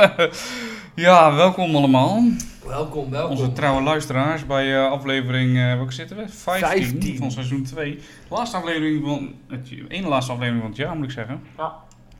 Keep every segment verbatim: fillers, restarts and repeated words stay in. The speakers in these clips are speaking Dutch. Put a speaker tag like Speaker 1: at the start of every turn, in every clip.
Speaker 1: Ja, welkom allemaal.
Speaker 2: Welkom, welkom.
Speaker 1: Onze trouwe luisteraars bij uh, aflevering, uh, welke zitten we? vijftien, vijftien van seizoen twee. De laatste aflevering van, het ene laatste aflevering van het jaar moet ik zeggen.
Speaker 2: Ja.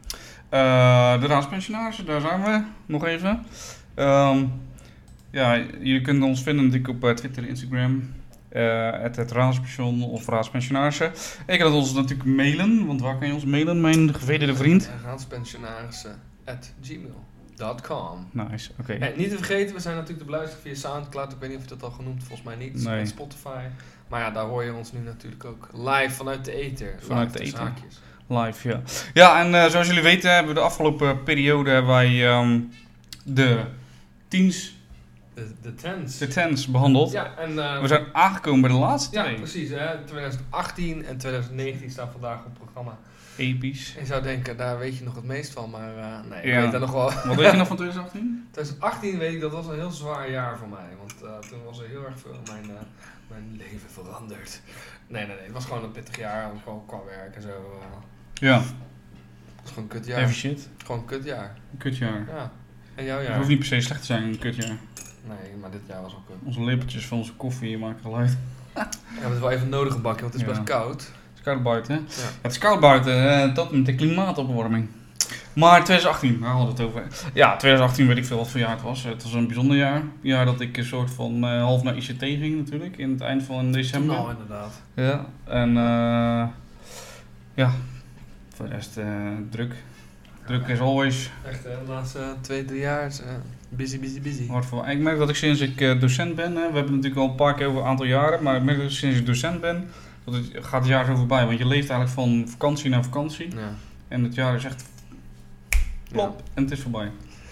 Speaker 1: Uh, de raadspensionarissen, daar zijn we nog even. Um, ja, jullie kunnen ons vinden natuurlijk op uh, Twitter, Instagram. Uh, het, het raadspension of raadspensionarissen. En je kan ons natuurlijk mailen, want waar kan je ons mailen, mijn gevederde vriend?
Speaker 2: Raadspensionarissen at gmail dot com.
Speaker 1: Nice, oké. Okay.
Speaker 2: En niet te vergeten, we zijn natuurlijk te beluisteren via Soundcloud. Ik weet niet of je dat al genoemd, volgens mij niet.
Speaker 1: Nee.
Speaker 2: Met Spotify. Maar ja, daar hoor je ons nu natuurlijk ook live vanuit de ether.
Speaker 1: Vanuit de ether.
Speaker 2: Haakjes.
Speaker 1: Live, ja. Ja, en uh, zoals jullie weten hebben we de afgelopen periode hebben wij um, de teens...
Speaker 2: De, de tens.
Speaker 1: De tens behandeld.
Speaker 2: Ja, en... Uh,
Speaker 1: we zijn aangekomen bij de laatste
Speaker 2: ja,
Speaker 1: twee.
Speaker 2: Ja, precies. Hè. twintig achttien en twintig negentien staan vandaag op het programma.
Speaker 1: Episch.
Speaker 2: Je zou denken, daar weet je nog het meest van, maar uh, nee, ik
Speaker 1: ja.
Speaker 2: weet dat nog wel.
Speaker 1: Wat weet je nog van twintig achttien?
Speaker 2: twintig achttien weet ik, dat was een heel zwaar jaar voor mij, want uh, toen was er heel erg veel in mijn, uh, mijn leven veranderd. Nee, nee, nee, het was gewoon een pittig jaar, gewoon qua werk en zo. Uh.
Speaker 1: Ja.
Speaker 2: Het was gewoon een kutjaar.
Speaker 1: Even shit.
Speaker 2: Gewoon een kutjaar.
Speaker 1: Een kutjaar.
Speaker 2: Ja. En jouw jaar?
Speaker 1: Het hoeft niet per se slecht te zijn, een kutjaar.
Speaker 2: Nee, maar dit jaar was ook kut.
Speaker 1: Onze lepeltjes van onze koffie maken geluid.
Speaker 2: Ja, het is wel even nodig een bakje, want het is
Speaker 1: ja.
Speaker 2: best koud.
Speaker 1: Het is koud buiten, hè?
Speaker 2: Ja.
Speaker 1: Het is koud buiten, uh, dat met de klimaatopwarming. Maar twintig achttien, waar hadden we het over? Ja, twintig achttien weet ik veel wat voor jaar het was. Het was een bijzonder jaar. Een jaar dat ik een soort van uh, half naar I C T ging natuurlijk, in het eind van december.
Speaker 2: Nou, inderdaad.
Speaker 1: Ja, en uh, ja, voor de rest uh, druk. Druk as always.
Speaker 2: Echt, hè, de laatste twee, drie jaar is uh, busy, busy, busy.
Speaker 1: Hard voor. Ik merk dat ik sinds ik uh, docent ben, hè, we hebben het natuurlijk al een paar keer over een aantal jaren, maar ik merk dat ik sinds ik docent ben, dat het gaat het jaar zo voorbij. Want je leeft eigenlijk van vakantie naar vakantie.
Speaker 2: Ja.
Speaker 1: En het jaar is echt plop,
Speaker 2: Ja.
Speaker 1: en het is voorbij.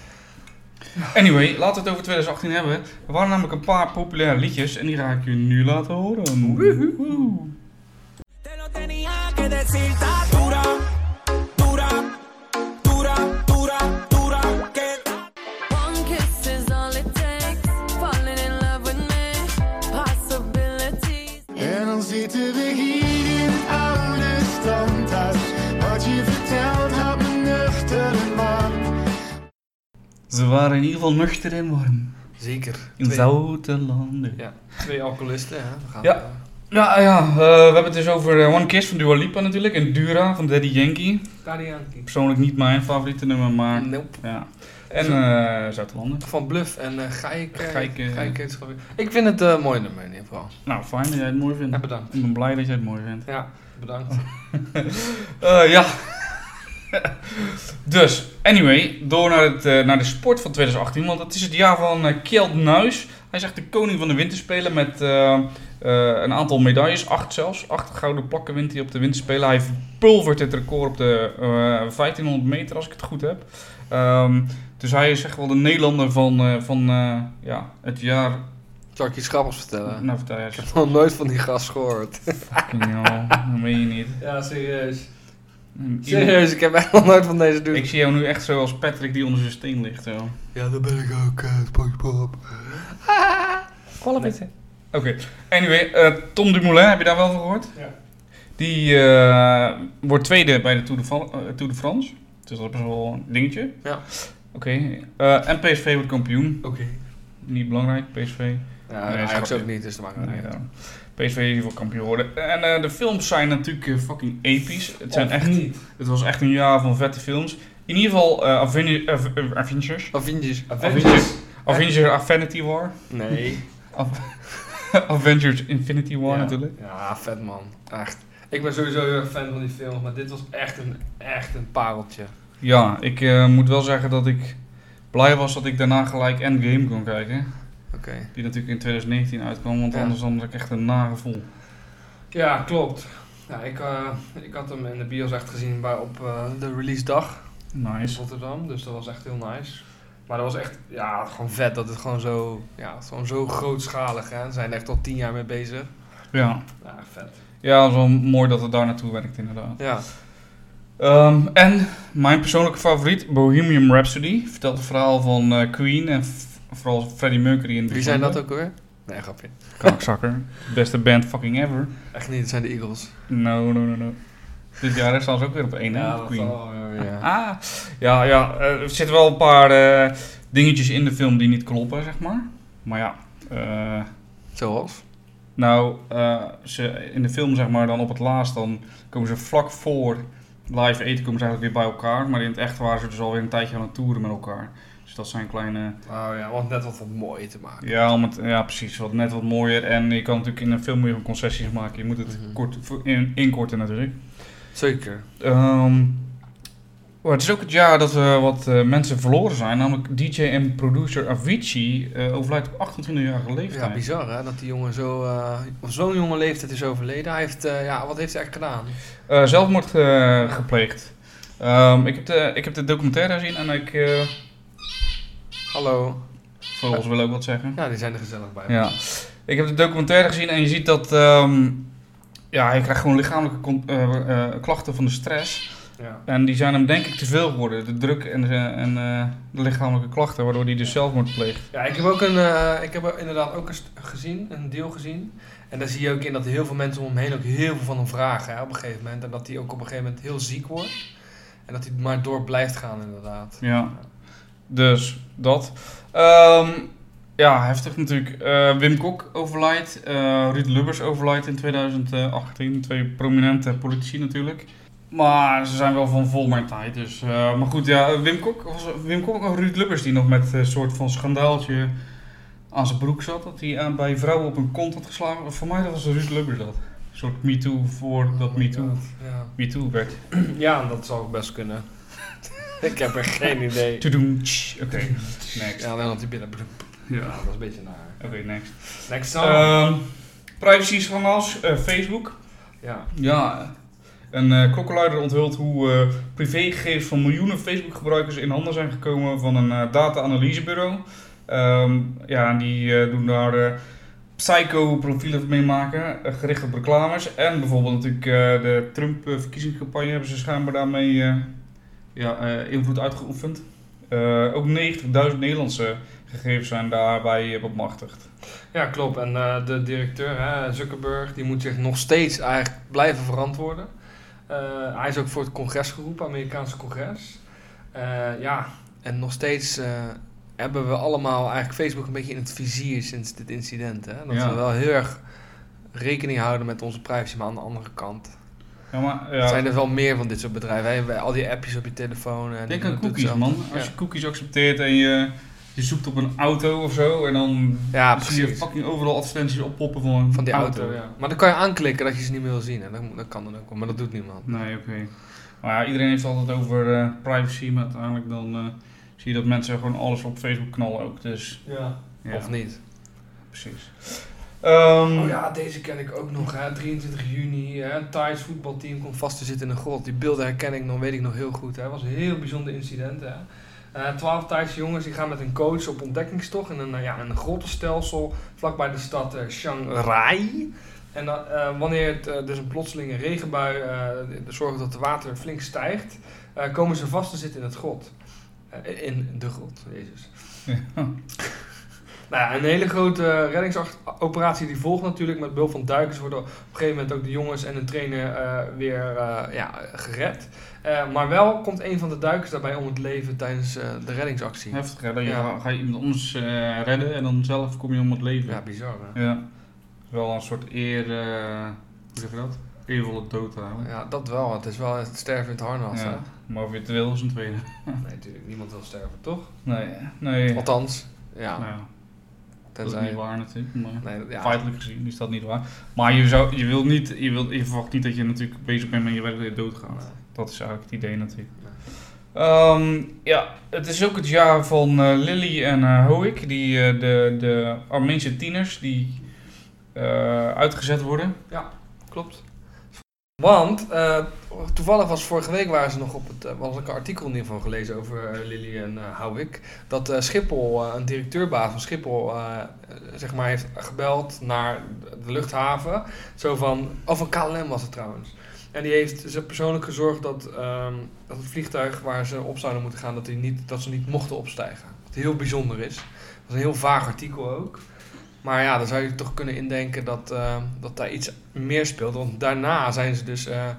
Speaker 1: Anyway, laten we het over twintig achttien hebben. Er waren namelijk een paar populaire liedjes en die ga ik je nu laten horen. Woehoe.
Speaker 3: En dan zitten we hier in het oude standhuis. Wat je vertelt houdt me nuchter en warm.
Speaker 1: Ze waren in ieder geval nuchter en warm.
Speaker 2: Zeker.
Speaker 1: In
Speaker 2: Twee-
Speaker 1: zoute landen.
Speaker 2: Ja, twee alcoholisten, hè. We gaan,
Speaker 1: Ja.
Speaker 2: uh,
Speaker 1: Ja, ja uh, we hebben het dus over uh, One Kiss van Dua Lipa natuurlijk en Dura van Daddy Yankee.
Speaker 2: Karianki.
Speaker 1: Persoonlijk niet mijn favoriete nummer, maar
Speaker 2: Nope.
Speaker 1: ja. En uh, Zoute Landen.
Speaker 2: Van Bluff en uh, Geik. Uh,
Speaker 1: Geik, uh,
Speaker 2: Geik heet het, geloof ik. Ik vind het een uh, mooi nummer in ieder geval.
Speaker 1: Nou, fijn dat jij het mooi vindt.
Speaker 2: Ja, bedankt.
Speaker 1: Ik ben blij dat jij het mooi vindt.
Speaker 2: Ja, bedankt.
Speaker 1: uh, ja. Dus, anyway, door naar, het, uh, naar de sport van twintig achttien, want het is het jaar van uh, Kjeld Nuis. Hij is echt de koning van de winterspelen met uh, uh, een aantal medailles, acht zelfs. Acht gouden plakken wint hij op de winterspelen. Hij verpulvert het record op de uh, vijftienhonderd meter, als ik het goed heb. Um, dus hij is echt wel de Nederlander van, uh, van uh, ja, het jaar.
Speaker 2: Zal ik je iets grappigs vertellen?
Speaker 1: Nou, vertel jij eens.
Speaker 2: Ik heb nog nooit van die gast gehoord.
Speaker 1: Fucking hell, dat meen je niet.
Speaker 2: Ja, serieus.
Speaker 1: Iemand-
Speaker 2: Serieus, ik heb echt nog nooit van deze dude.
Speaker 1: Ik zie jou nu echt zo als Patrick die onder zijn steen ligt. Zo.
Speaker 2: Ja, dat ben ik ook, uh, SpongeBob.
Speaker 1: Qualificeer. Oké, okay. Anyway, uh, Tom Dumoulin, heb je daar wel van gehoord?
Speaker 2: Ja.
Speaker 1: Die uh, wordt tweede bij de Tour de, Val- uh, Tour de France. Dus dat is wel een dingetje.
Speaker 2: Ja.
Speaker 1: Oké. Okay. Uh, en P S V wordt kampioen.
Speaker 2: Oké. Okay.
Speaker 1: Niet belangrijk, P S V.
Speaker 2: Ja,
Speaker 1: Nee,
Speaker 2: Ajax
Speaker 1: schat-
Speaker 2: ook niet, dus dat maakt
Speaker 1: Nee,
Speaker 2: niet uit.
Speaker 1: daarom. P S V wil kampioen worden. En uh, de films zijn natuurlijk uh, fucking episch. Het, zijn
Speaker 2: Of
Speaker 1: echt,
Speaker 2: niet.
Speaker 1: het was echt een jaar van vette films. In ieder geval uh, Aven- Av- Av- Avengers.
Speaker 2: Avengers.
Speaker 1: Avengers. Avengers Affinity War.
Speaker 2: Nee.
Speaker 1: Avengers Infinity War
Speaker 2: ja.
Speaker 1: natuurlijk.
Speaker 2: Ja, vet man. Echt. Ik ben sowieso heel erg fan van die film, maar dit was echt een, echt een pareltje.
Speaker 1: Ja, ik uh, moet wel zeggen dat ik blij was dat ik daarna gelijk Endgame kon kijken.
Speaker 2: Oké. Okay.
Speaker 1: Die natuurlijk in twintig negentien uitkwam, want
Speaker 2: Ja.
Speaker 1: anders dan was ik echt een nagevoel.
Speaker 2: Ja, klopt. Ja, ik, uh, ik had hem in de bios echt gezien bij, op uh, de release dag in
Speaker 1: Nice.
Speaker 2: Rotterdam, dus dat was echt heel nice. Maar dat was echt, ja, gewoon vet dat het gewoon zo, ja, gewoon zo grootschalig, hè. Ze zijn er echt al tien jaar mee bezig.
Speaker 1: Ja.
Speaker 2: Ja, vet.
Speaker 1: Ja, het is wel mooi dat het daar naartoe werkt inderdaad.
Speaker 2: Ja.
Speaker 1: Um, en mijn persoonlijke favoriet, Bohemian Rhapsody, vertelt het verhaal van uh, Queen en f- vooral Freddie Mercury in het
Speaker 2: Wie zijn dat
Speaker 1: bijzonder.
Speaker 2: ook alweer? Nee, grapje.
Speaker 1: Kakzakker. Beste band fucking ever.
Speaker 2: Echt niet, het zijn de Eagles.
Speaker 1: No, no, no, no. Dit jaar staan ze ook weer op één,
Speaker 2: Ja,
Speaker 1: hè,
Speaker 2: dat
Speaker 1: Queen.
Speaker 2: zal wel, ja.
Speaker 1: Ah, ja, ja uh, er zitten wel een paar uh, dingetjes in de film die niet kloppen, zeg maar. Maar ja, uh,
Speaker 2: Zoals?
Speaker 1: nou, uh, ze, in de film zeg maar dan op het laatst, dan komen ze vlak voor live eten, komen ze eigenlijk weer bij elkaar. Maar in het echt waren ze dus alweer een tijdje aan het toeren met elkaar. Dus dat zijn kleine...
Speaker 2: Oh ja, want net wat wat mooier te maken.
Speaker 1: Ja, om het, ja, precies. Wat, net wat mooier. En je kan natuurlijk in een film meer concessies maken. Je moet het
Speaker 2: Mm-hmm.
Speaker 1: kort in, inkorten natuurlijk.
Speaker 2: Zeker.
Speaker 1: Um, oh, het is ook het jaar dat we wat uh, mensen verloren zijn. Namelijk D J en producer Avicii uh, overlijdt op achtentwintigjarige leeftijd.
Speaker 2: Ja, bizar hè, dat die jongen zo, uh, op zo'n jonge leeftijd is overleden. Hij heeft, uh, ja, wat heeft hij eigenlijk gedaan?
Speaker 1: Uh, zelfmoord uh, gepleegd. Um, ik, heb de, ik heb de documentaire gezien en ik... Uh,
Speaker 2: Hallo.
Speaker 1: Vogels willen ook wat zeggen.
Speaker 2: Ja, die zijn er gezellig bij.
Speaker 1: Ja. Ik heb de documentaire gezien en je ziet dat... Um, ja, hij krijgt gewoon lichamelijke con- uh, uh, klachten van de stress.
Speaker 2: Ja.
Speaker 1: En die zijn hem denk ik te veel geworden. De druk en, de, en uh, de lichamelijke klachten, waardoor hij dus zelfmoord pleegt.
Speaker 2: Ja, ik heb ook een, uh, ik heb inderdaad ook een st- gezien, een deel gezien. En daar zie je ook in dat heel veel mensen om hem heen ook heel veel van hem vragen hè, op een gegeven moment. En dat hij ook op een gegeven moment heel ziek wordt. En dat hij maar door blijft gaan inderdaad.
Speaker 1: Ja, dus dat. Um, ja, heftig natuurlijk. Uh, Wim Kok overlijdt. Uh, Ruud Lubbers overlijdt in tweeduizend achttien. Twee prominente politici natuurlijk. Maar ze zijn wel van vol mijn tijd. Dus, uh, maar goed, ja, Wim Kok, was Wim Kok of Ruud Lubbers die nog met een soort van schandaaltje aan zijn broek zat. Dat hij aan, bij vrouwen op een kont had geslagen. Voor mij was Ruud Lubbers dat. Een soort MeToo voordat
Speaker 2: Oh
Speaker 1: MeToo
Speaker 2: ja.
Speaker 1: MeToo werd.
Speaker 2: Ja, dat zou best kunnen. Ik heb er geen idee.
Speaker 1: To doen. Oké, okay. Next.
Speaker 2: Ja, dan had hij binnen.
Speaker 1: Ja,
Speaker 2: Ja, dat was een beetje naar.
Speaker 1: oké, okay, next.
Speaker 2: Next song.
Speaker 1: Um, privacy schandaals, uh, Facebook.
Speaker 2: Ja.
Speaker 1: Ja, een uh, klokkenluider onthult hoe uh, privégegevens van miljoenen Facebook-gebruikers in handen zijn gekomen van een uh, data-analysebureau. Um, ja, en die uh, doen daar uh, psycho-profielen mee maken, uh, gericht op reclames. En bijvoorbeeld natuurlijk uh, de Trump-verkiezingscampagne hebben ze schijnbaar daarmee uh, ja, uh, invloed uitgeoefend. Uh, ook negentigduizend Nederlandse gegevens zijn daarbij bemachtigd.
Speaker 2: Ja, klopt. En uh, de directeur, hè, Zuckerberg, die moet zich nog steeds eigenlijk blijven verantwoorden. Uh, hij is ook voor het congres geroepen, Amerikaanse congres. Uh, ja, en nog steeds uh, hebben we allemaal eigenlijk Facebook een beetje in het vizier sinds dit incident. Hè? Dat
Speaker 1: Ja.
Speaker 2: we wel heel erg rekening houden met onze privacy, maar aan de andere kant
Speaker 1: Ja, maar, ja.
Speaker 2: zijn er wel meer van dit soort bedrijven. Hè? Bij al die appjes op je telefoon. En
Speaker 1: Denk
Speaker 2: die
Speaker 1: aan
Speaker 2: doen
Speaker 1: cookies,
Speaker 2: hetzelfde.
Speaker 1: man. Als
Speaker 2: Ja.
Speaker 1: je cookies accepteert en je, je zoekt op een auto of zo en dan
Speaker 2: Ja,
Speaker 1: zie je
Speaker 2: precies.
Speaker 1: fucking overal advertenties oppoppen van een
Speaker 2: Van die auto,
Speaker 1: auto.
Speaker 2: ja. Maar dan kan je aanklikken dat je ze niet meer wil zien. En dat, dat kan dan ook wel, maar dat doet niemand.
Speaker 1: Nee, oké. Okay. Maar ja, iedereen heeft het altijd over uh, privacy, maar uiteindelijk dan uh, zie je dat mensen gewoon alles op Facebook knallen ook. Dus,
Speaker 2: Ja.
Speaker 1: ja.
Speaker 2: Of niet.
Speaker 1: Precies. Um,
Speaker 2: Oh ja, deze ken ik ook nog. Hè. drieëntwintig juni, hè. Het Thais voetbalteam komt vast te zitten in een grot. Die beelden herken ik nog, weet ik nog heel goed. Het was een heel bijzonder incident. Hè. Uh, Twaalf Thaise jongens die gaan met een coach op ontdekkingstocht in een, uh, ja, een grottenstelsel vlakbij de stad uh, Chiang Rai. En uh, uh, wanneer het uh, dus een plotselinge regenbui uh, zorgt dat het water flink stijgt, uh, komen ze vast te zitten in het grot. Uh, in de grot, jezus.
Speaker 1: ja.
Speaker 2: Nou ja, een hele grote reddingsoperatie die volgt natuurlijk. Met behulp van duikers worden op een gegeven moment ook de jongens en een trainer uh, weer uh, ja, gered. Uh, maar wel komt een van de duikers daarbij om het leven tijdens uh, de reddingsactie.
Speaker 1: Heftig, hè? Dan je,
Speaker 2: Ja.
Speaker 1: ga je iemand anders uh, redden en dan zelf kom je om het leven.
Speaker 2: Ja, bizar hè?
Speaker 1: Ja. Wel een soort eer, uh, hoe zeg je dat? Eervolle dood eigenlijk.
Speaker 2: Ja, dat wel. Het is wel het sterven in het harnas
Speaker 1: Ja.
Speaker 2: hè?
Speaker 1: Maar of je het wil is een tweede.
Speaker 2: Nee, natuurlijk. Niemand wil sterven, toch?
Speaker 1: Nee, nee.
Speaker 2: Althans, ja.
Speaker 1: Nou, ja. Dat is
Speaker 2: Tenzij...
Speaker 1: niet waar natuurlijk, maar
Speaker 2: Nee, ja.
Speaker 1: feitelijk gezien is dat niet waar. Maar je, zou, je, wil niet, je, wil, je verwacht niet dat je natuurlijk bezig bent met je werk dat je doodgaat.
Speaker 2: Nee.
Speaker 1: Dat is eigenlijk het idee natuurlijk.
Speaker 2: Nee.
Speaker 1: Um, ja, het is ook het jaar van uh, Lily en uh, Hoek, die, uh, de, de Armeense tieners die uh, uitgezet worden.
Speaker 2: Ja, klopt. Want, uh, toevallig was vorige week waren ze nog op het, uh, was ik een artikel in ieder geval gelezen over uh, Lily en uh, Houwik. Dat uh, Schiphol, uh, een directeurbaas van Schiphol, uh, zeg maar heeft gebeld naar de luchthaven. Zo van, of een K L M was het trouwens. En die heeft ze persoonlijk gezorgd dat, um, dat het vliegtuig waar ze op zouden moeten gaan, dat, die niet, dat ze niet mochten opstijgen. Wat heel bijzonder is. Dat was een heel vaag artikel ook. Maar ja, dan zou je toch kunnen indenken dat, uh, dat daar iets meer speelt. Want daarna zijn ze dus uh,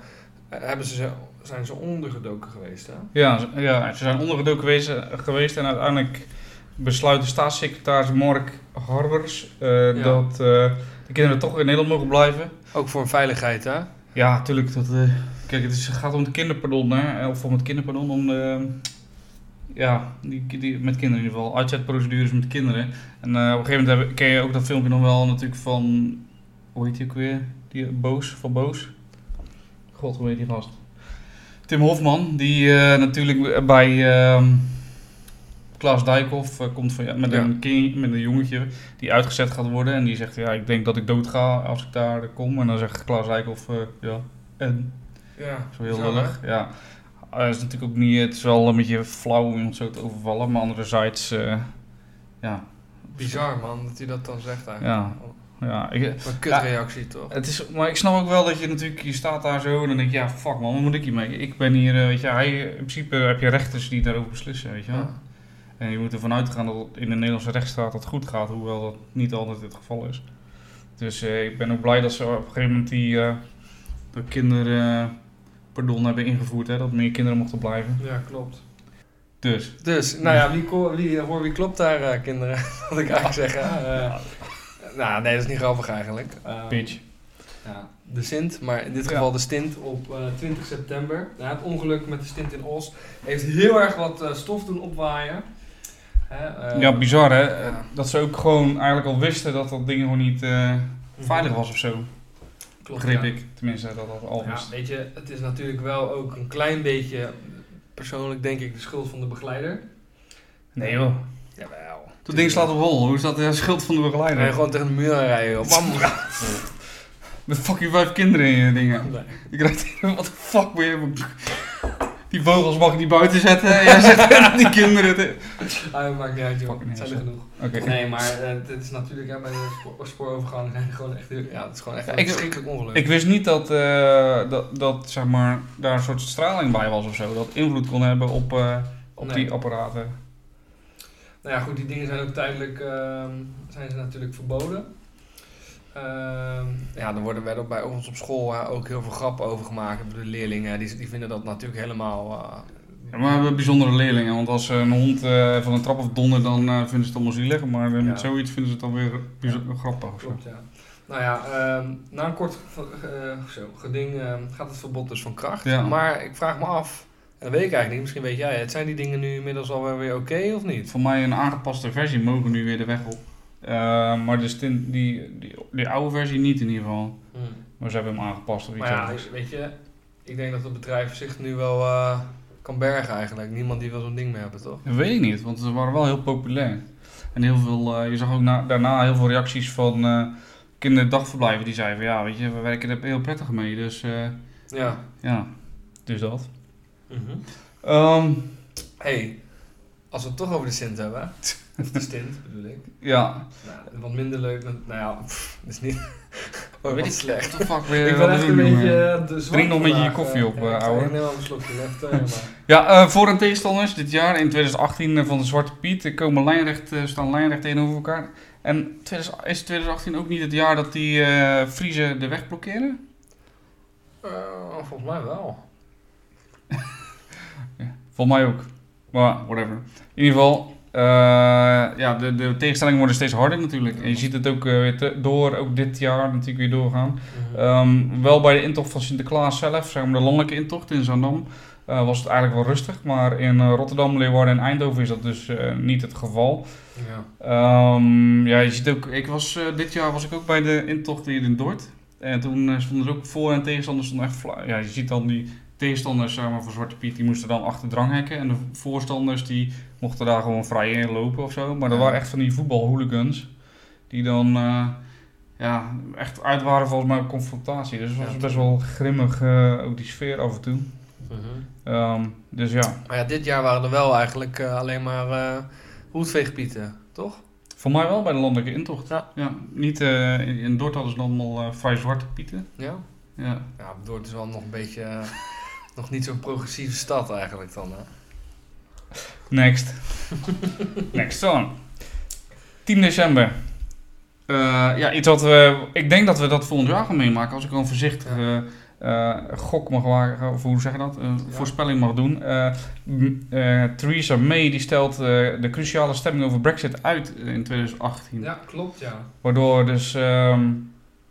Speaker 2: uh, hebben ze, zijn ze ondergedoken geweest, hè?
Speaker 1: Ja, ze- ja, ze zijn ondergedoken geweest, geweest en uiteindelijk besluit de staatssecretaris Mark Harbers uh,
Speaker 2: Ja.
Speaker 1: dat uh, de kinderen toch in Nederland mogen blijven.
Speaker 2: Ook voor veiligheid, hè?
Speaker 1: Ja, natuurlijk. Dat, uh, kijk, het is, gaat om het kinderpardon, hè? Of om het kinderpardon, om de, ja, die, die, met kinderen in ieder geval. Uitzetprocedures met kinderen. En uh, op een gegeven moment heb, ken je ook dat filmpje nog wel natuurlijk van, hoe heet die ook weer? Die Boos, van Boos. God, hoe heet die gast? Tim Hofman, die uh, natuurlijk bij uh, Klaas Dijkhoff uh, komt van, ja, met,
Speaker 2: Ja.
Speaker 1: een kind, met een jongetje die uitgezet gaat worden. En die zegt, ja, ik denk dat ik dood ga als ik daar kom. En dan zegt Klaas Dijkhoff, uh, ja, en?
Speaker 2: Ja,
Speaker 1: Zo heel
Speaker 2: bizar,
Speaker 1: lullig. Ja. Uh, het is natuurlijk ook niet, het is wel een beetje flauw om iemand zo te overvallen. Maar anderzijds, uh, ja.
Speaker 2: Bizar, man, dat hij dat dan zegt eigenlijk.
Speaker 1: Ja. Ja, ik,
Speaker 2: Wat een kutreactie, toch?
Speaker 1: het is, maar ik snap ook wel dat je natuurlijk, je staat daar zo en dan denk je, ja, fuck man, wat moet ik hiermee? Ik ben hier, uh, weet je, hij, in principe heb je rechters die daarover beslissen, weet je wel.
Speaker 2: Ja.
Speaker 1: En je moet ervan uitgaan dat het in de Nederlandse rechtsstaat dat goed gaat, hoewel dat niet altijd het geval is. Dus uh, ik ben ook blij dat ze op een gegeven moment die uh, de kinderen uh, pardon hebben ingevoerd, hè, dat meer kinderen mochten blijven.
Speaker 2: Ja, klopt.
Speaker 1: Dus.
Speaker 2: Dus, nou ja, wie, ko- wie, hoor wie klopt daar, uh, kinderen? Wat ik eigenlijk zeggen. Uh, nou, nee, dat is niet grappig eigenlijk. Uh,
Speaker 1: Bitch.
Speaker 2: Ja, de Sint, maar in dit
Speaker 1: Ja.
Speaker 2: geval de stint op uh, twintig september. Nou, het ongeluk met de stint in Os heeft heel erg wat uh, stof doen opwaaien. Hè, uh,
Speaker 1: Ja, bizar hè,
Speaker 2: ja.
Speaker 1: dat ze ook gewoon eigenlijk al wisten dat dat ding gewoon niet uh, veilig was of zo.
Speaker 2: Klopt,
Speaker 1: Begreep
Speaker 2: ja.
Speaker 1: ik, tenminste, dat dat al
Speaker 2: Ja,
Speaker 1: was.
Speaker 2: weet je, het is natuurlijk wel ook een klein beetje, persoonlijk denk ik, de schuld van de begeleider.
Speaker 1: Nee joh.
Speaker 2: Jawel.
Speaker 1: Dat ding slaat op hol, hoe is dat de schuld van de begeleider?
Speaker 2: Nee, gewoon tegen de muur rijden, joh. Bam!
Speaker 1: Met fucking vijf kinderen in je dingen.
Speaker 2: Nee.
Speaker 1: Ik rijd, wat de fuck moet je... Die vogels mag je niet buiten zetten. Jij zegt die kinderen... Te...
Speaker 2: Ah, maakt niet uit, joh.
Speaker 1: Fucking
Speaker 2: Het zijn er
Speaker 1: hell.
Speaker 2: genoeg.
Speaker 1: Oké.
Speaker 2: Nee, maar uh, het is natuurlijk, ja, bij de spoor, spoorovergang zijn er gewoon echt, heel- ja, het is gewoon echt
Speaker 1: Ja,
Speaker 2: een
Speaker 1: ik-
Speaker 2: verschrikkelijk ongeluk.
Speaker 1: Ik wist niet dat, uh, dat, dat zeg maar, daar een soort straling bij was of zo. Dat invloed kon hebben op, uh, op
Speaker 2: Nee.
Speaker 1: die apparaten.
Speaker 2: Nou ja, goed, die dingen zijn ook tijdelijk, ehm, zijn ze natuurlijk verboden. Ehm, ja, er worden werden bij ons op school ja, ook heel veel grappen over gemaakt. Ik bedoel, De leerlingen, die, die vinden dat natuurlijk helemaal... uh,
Speaker 1: Ja, maar we hebben bijzondere leerlingen. Want als een hond uh, van een trap of donder, dan uh, vinden ze het allemaal zielig. Maar uh,
Speaker 2: Ja.
Speaker 1: met zoiets vinden ze het dan weer bijzonder grappig. Of zo.
Speaker 2: Klopt, ja. Nou ja, ehm, na een kort uh, zo, geding ehm, gaat het verbod dus van kracht.
Speaker 1: Ja.
Speaker 2: Maar ik vraag me af, en dat weet ik eigenlijk niet, misschien weet jij het, zijn die dingen nu inmiddels alweer weer oké of niet?
Speaker 1: Voor mij een aangepaste versie mogen nu weer de weg op. Uh, maar de stint, die, die, die oude versie niet in ieder geval.
Speaker 2: Hmm.
Speaker 1: Maar ze hebben hem aangepast of iets
Speaker 2: Maar ja,
Speaker 1: anders.
Speaker 2: weet je, ik denk dat het bedrijf zich nu wel uh, kan bergen eigenlijk. Niemand die wil zo'n ding meer hebben, toch?
Speaker 1: Dat weet ik niet, want ze waren wel heel populair. En heel veel, uh, je zag ook na, daarna heel veel reacties van uh, kinderdagverblijven die zeiden van ja, weet je, we werken er heel prettig mee. Dus uh,
Speaker 2: Ja.
Speaker 1: ja, dus dat.
Speaker 2: Mm-hmm.
Speaker 1: Um,
Speaker 2: Hey, als we het toch over de Sint hebben, of de stint bedoel ik.
Speaker 1: ja,
Speaker 2: Nou, wat minder leuk, dan- nou ja, pff, dat is niet... Oh,
Speaker 1: weet
Speaker 2: wat
Speaker 1: ik
Speaker 2: slecht.
Speaker 1: what the fuck weer,
Speaker 2: Ik
Speaker 1: wat
Speaker 2: ben echt
Speaker 1: doen,
Speaker 2: een
Speaker 1: jongen?
Speaker 2: beetje uh, de zwak
Speaker 1: Drink nog een beetje je
Speaker 2: vandaag,
Speaker 1: koffie op,
Speaker 2: ja,
Speaker 1: uh,
Speaker 2: ik-
Speaker 1: ouwe.
Speaker 2: Ik neem wel een slokje, echt, uh, maar...
Speaker 1: Ja, uh, voor- en tegenstanders dit jaar in twintig achttien uh, van de Zwarte Piet uh, komen lijnrecht, uh, staan lijnrecht tegenover elkaar. En twintig, is twintig achttien ook niet het jaar dat die uh, Friese de weg blokkeren?
Speaker 2: Uh, volgens mij wel.
Speaker 1: Volgens mij ook. Maar whatever. In ieder geval, uh, ja, de, de tegenstellingen worden steeds harder natuurlijk. En je ziet het ook uh, weer te- door, ook dit jaar natuurlijk weer doorgaan. Um, wel bij de intocht van Sinterklaas zelf, zeg maar de landelijke intocht in Zaandam, uh, was het eigenlijk wel rustig. Maar in uh, Rotterdam, Leeuwarden en Eindhoven is dat dus uh, niet het geval.
Speaker 2: Ja.
Speaker 1: Um, ja, je ziet ook, ik was, uh, dit jaar was ik ook bij de intocht hier in Dordt. En toen uh, stonden er ook voor- en tegenstanders stonden echt vla- ja, je ziet dan die tegenstanders zeg maar, voor Zwarte Piet, die moesten dan achter dranghekken. En de voorstanders die mochten daar gewoon vrij in lopen of zo. Maar er
Speaker 2: Ja.
Speaker 1: waren echt van die voetbalhooligans die dan uh, ja, echt uit waren volgens mij op confrontatie. Dus het was
Speaker 2: Ja.
Speaker 1: best wel grimmig, uh, ook die sfeer af en toe.
Speaker 2: Mhm.
Speaker 1: Um, dus ja,
Speaker 2: Maar ja, dit jaar waren er wel eigenlijk uh, alleen maar uh, roetveegpieten, toch?
Speaker 1: voor mij wel bij de landelijke intocht.
Speaker 2: Ja.
Speaker 1: niet, uh, in, in Dordt hadden ze dan allemaal uh, vrij zwarte pieten.
Speaker 2: Ja.
Speaker 1: Ja.
Speaker 2: Ja, Dordt is wel nog een beetje, uh, nog niet zo'n progressieve stad eigenlijk dan, hè?
Speaker 1: Next. Next on. tien december. Uh, ja, iets wat we... Ik denk dat we dat volgend jaar gaan meemaken als ik gewoon voorzichtig uh, uh, gok mag wagen, of hoe zeg je dat? Uh,
Speaker 2: Ja.
Speaker 1: Voorspelling mag doen. Uh, m- uh, Theresa May die stelt uh, de cruciale stemming over Brexit uit in twintig achttien.
Speaker 2: Ja, klopt, ja.
Speaker 1: Waardoor dus... Um,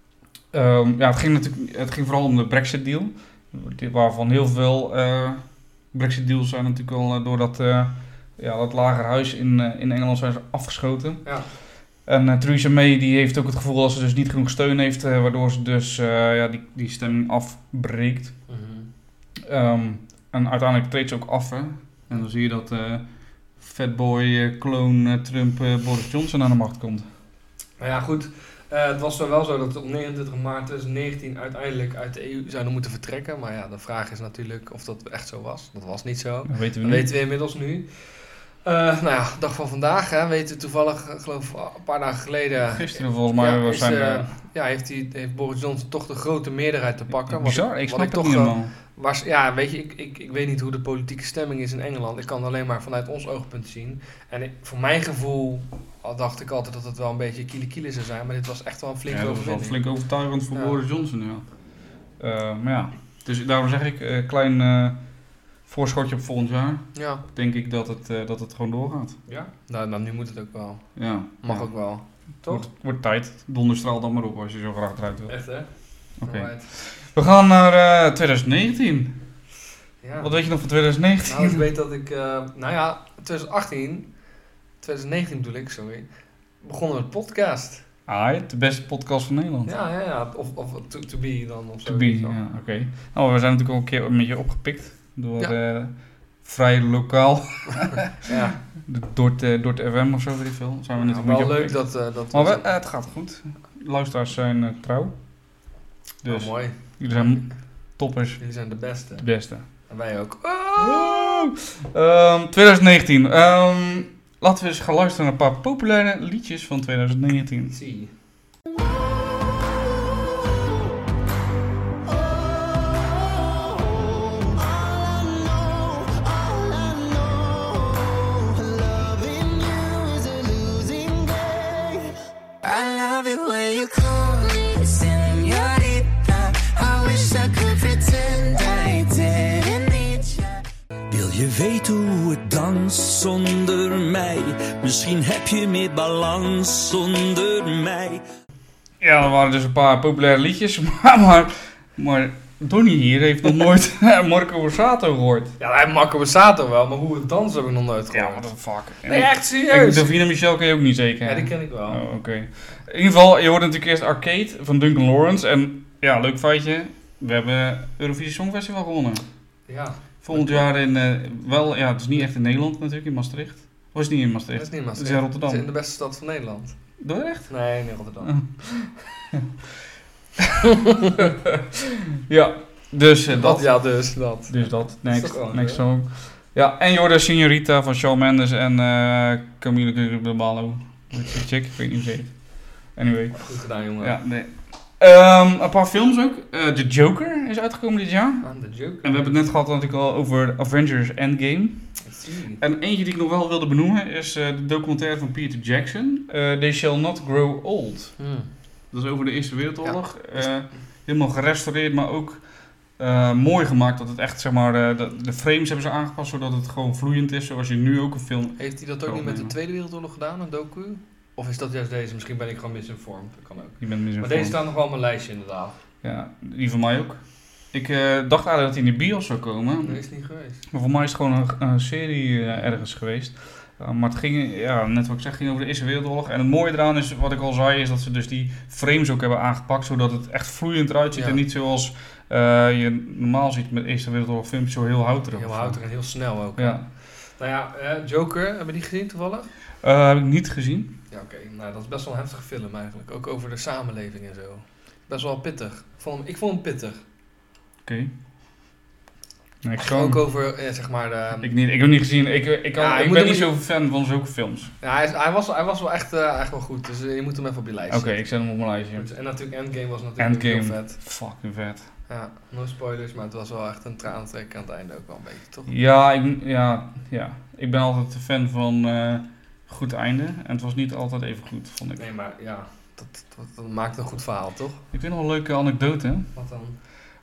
Speaker 1: um, ja, het ging natuurlijk het ging vooral om de Brexit deal. Waarvan heel veel uh, Brexit deals zijn natuurlijk al uh, door dat, uh, ja, dat lagerhuis in, uh, in Engeland zijn geschoten.
Speaker 2: Ja.
Speaker 1: En uh, Theresa May die heeft ook het gevoel dat ze dus niet genoeg steun heeft, uh, waardoor ze dus uh, ja, die, die stemming afbreekt.
Speaker 2: Mhm.
Speaker 1: Um, en uiteindelijk treedt ze ook af. Hè? En dan zie je dat uh, fatboy, uh, clone uh, Trump, uh, Boris Johnson aan de macht komt.
Speaker 2: Maar ja, goed. Uh, het was wel zo dat we op negenentwintig maart twintig negentien uiteindelijk uit de E U zouden moeten vertrekken. Maar ja, de vraag is natuurlijk of dat echt zo was. Dat was niet zo.
Speaker 1: Dat weten we
Speaker 2: Dat
Speaker 1: niet.
Speaker 2: weten we inmiddels nu. Uh, nou ja, dag van vandaag, hè, weten we toevallig, ik geloof een paar dagen geleden...
Speaker 1: Gisteren volgens mij
Speaker 2: ja,
Speaker 1: was
Speaker 2: is,
Speaker 1: zijn...
Speaker 2: uh,
Speaker 1: Uh,
Speaker 2: ja, heeft, hij, heeft Boris Johnson toch de grote meerderheid te pakken.
Speaker 1: bizar,
Speaker 2: wat,
Speaker 1: ik
Speaker 2: wat
Speaker 1: snap
Speaker 2: ik
Speaker 1: het
Speaker 2: toch,
Speaker 1: niet
Speaker 2: uh,
Speaker 1: helemaal.
Speaker 2: was, ja, weet je, ik, ik, ik weet niet hoe de politieke stemming is in Engeland. Ik kan het alleen maar vanuit ons oogpunt zien. En ik, voor mijn gevoel al dacht ik altijd dat het wel een beetje kiele-kiele zou zijn. Maar dit was echt wel een flinke
Speaker 1: Ja, dat was wel
Speaker 2: overwinning.
Speaker 1: flink overtuigend voor
Speaker 2: Ja.
Speaker 1: Boris Johnson, ja. Uh, maar ja, dus daarom zeg ik, een uh, klein uh, voorschotje op volgend jaar.
Speaker 2: Ja.
Speaker 1: Denk ik dat het, uh, dat het gewoon doorgaat.
Speaker 2: Ja? Nou, nou, nu moet het ook wel.
Speaker 1: Ja.
Speaker 2: Mag
Speaker 1: ja.
Speaker 2: ook wel. Toch?
Speaker 1: Wordt, wordt tijd. Donderstraal dan maar op als je zo graag eruit wil.
Speaker 2: Echt, hè?
Speaker 1: Oké.
Speaker 2: Alright.
Speaker 1: We gaan naar uh, twintig negentien.
Speaker 2: Ja.
Speaker 1: Wat weet je nog van twintig negentien?
Speaker 2: Nou, ik weet dat ik, uh, nou ja, twintig achttien, twintig negentien bedoel ik, sorry, begonnen met podcast.
Speaker 1: Ah, de beste podcast van Nederland.
Speaker 2: Ja, ja, ja. Of, of to, to be dan of zo.
Speaker 1: To be, ja, oké. Okay. Nou, we zijn natuurlijk al een keer een beetje opgepikt door
Speaker 2: Ja.
Speaker 1: uh, vrij lokaal.
Speaker 2: Ja.
Speaker 1: door, het, door het F M of zo, weet ik veel. Zijn we
Speaker 2: Ja,
Speaker 1: natuurlijk
Speaker 2: wel
Speaker 1: een
Speaker 2: leuk
Speaker 1: beetje opgepikt.
Speaker 2: dat... Uh, dat
Speaker 1: Maar
Speaker 2: we-
Speaker 1: we, uh, het gaat goed. Luisteraars zijn uh, trouw. Dus
Speaker 2: Oh, mooi.
Speaker 1: jullie zijn toppers.
Speaker 2: Jullie zijn de beste.
Speaker 1: De beste.
Speaker 2: En wij ook.
Speaker 1: Um, twintig negentien. Um, laten we eens gaan luisteren naar een paar populaire liedjes van twintig negentien.
Speaker 2: Zie.
Speaker 3: I love it when you call me señorita. I wish I could pretend I didn't need you.
Speaker 4: Wil je weten hoe het danst zonder mij? Misschien heb je meer balans zonder mij.
Speaker 1: Ja, dat waren dus een paar populaire liedjes. Maar, maar, maar Donnie hier heeft nog nooit Marco Borsato gehoord.
Speaker 2: Ja, hij heeft Marco Borsato wel, maar hoe het dansen heb ik nog nooit
Speaker 1: Ja,
Speaker 2: gehoord.
Speaker 1: what the fuck.
Speaker 2: Nee, echt
Speaker 1: En
Speaker 2: serieus?
Speaker 1: Davina Michel ken je ook niet zeker.
Speaker 2: Ja, die ken ik wel.
Speaker 1: Oh, oké. Okay. In ieder geval, je hoorde natuurlijk eerst Arcade van Duncan Lawrence. En ja, leuk feitje. We hebben Eurovisie Songfestival gewonnen.
Speaker 2: Ja,
Speaker 1: Volgend jaar in, uh, wel, ja, het is niet echt in Nederland natuurlijk, in Maastricht. Of is het niet in
Speaker 2: dat
Speaker 1: Maastricht?
Speaker 2: is niet
Speaker 1: Het
Speaker 2: Maastricht.
Speaker 1: is in Rotterdam.
Speaker 2: Het is in de beste stad van Nederland.
Speaker 1: Dordrecht?
Speaker 2: Nee, in Rotterdam.
Speaker 1: Ja, dus uh, dat.
Speaker 2: Dat, ja, dus dat.
Speaker 1: Dus dat.
Speaker 2: Dat is
Speaker 1: Next,
Speaker 2: toch wel,
Speaker 1: next
Speaker 2: hè?
Speaker 1: song. Ja, en je hoorde Signorita van Shawn Mendes en uh, Camille Cabello. Chick, ik weet niet hoe ze heet. Anyway.
Speaker 2: Goed gedaan, jongen.
Speaker 1: Ja, nee. Um, een paar films ook. Uh, The Joker is uitgekomen dit jaar.
Speaker 2: Aan de joke.
Speaker 1: En we hebben het net gehad natuurlijk al over Avengers Endgame.
Speaker 2: Zie.
Speaker 1: En eentje die ik nog wel wilde benoemen is uh, de documentaire van Peter Jackson. Uh, They Shall Not Grow Old.
Speaker 2: Hmm.
Speaker 1: Dat is over de Eerste Wereldoorlog. Ja. Uh, helemaal gerestaureerd, maar ook uh, mooi gemaakt. Dat het echt, zeg maar, uh, de, de frames hebben ze aangepast zodat het gewoon vloeiend is. Zoals je nu ook een film...
Speaker 2: Heeft hij dat ook
Speaker 1: Oh,
Speaker 2: niet met
Speaker 1: nee,
Speaker 2: de Tweede Wereldoorlog gedaan, een docu? Of is dat juist deze? Misschien ben ik gewoon misinformed. Dat kan ook.
Speaker 1: Je bent mis
Speaker 2: Maar deze staat nog wel op mijn lijstje, inderdaad.
Speaker 1: Ja, die van mij ook. Ik uh, dacht eigenlijk dat hij in de bios zou komen.
Speaker 2: Nee, is niet geweest.
Speaker 1: Maar voor mij is het gewoon een, een serie uh, ergens geweest. Uh, maar het ging, ja, net wat ik zeg, ging over de Eerste Wereldoorlog. En het mooie eraan is, wat ik al zei, is dat ze dus die frames ook hebben aangepakt. Zodat het echt vloeiend eruit ziet.
Speaker 2: Ja.
Speaker 1: En niet zoals uh, je normaal ziet met Eerste Wereldoorlog films, zo heel houterig.
Speaker 2: Heel houterig en heel snel ook.
Speaker 1: Ja.
Speaker 2: Nou ja, uh, Joker, hebben we die gezien toevallig?
Speaker 1: Uh, heb ik niet gezien.
Speaker 2: Ja, oké. Okay. Nou, dat is best wel een heftige film eigenlijk. Ook over de samenleving en zo. Best wel pittig. Ik vond hem, ik vond hem pittig.
Speaker 1: Oké. Okay. Nee, ik
Speaker 2: Gewoon ook over, eh, zeg maar... De,
Speaker 1: ik, niet, ik heb hem niet gezien. Ik, ik, kan,
Speaker 2: Ja, je
Speaker 1: ik
Speaker 2: moet
Speaker 1: ben
Speaker 2: hem-
Speaker 1: niet zo'n fan van zulke films.
Speaker 2: ja, hij, is- hij, was, hij was wel echt, uh, echt wel goed. Dus uh, je moet hem even op je lijst
Speaker 1: Oké, okay, ik zet hem op mijn lijstje.
Speaker 2: zetten. En natuurlijk Endgame was natuurlijk heel
Speaker 1: Endgame,
Speaker 2: vet.
Speaker 1: fucking vet.
Speaker 2: Ja, no spoilers, maar het was wel echt een traantrek aan het einde ook wel een beetje, toch?
Speaker 1: Ja, ik, ja, ja. ik ben altijd een fan van uh, goed einde. En het was niet altijd even goed, vond ik.
Speaker 2: Nee, maar ja, dat, dat, dat maakt een goed verhaal, toch?
Speaker 1: Ik vind nog een leuke anekdote.
Speaker 2: Wat dan?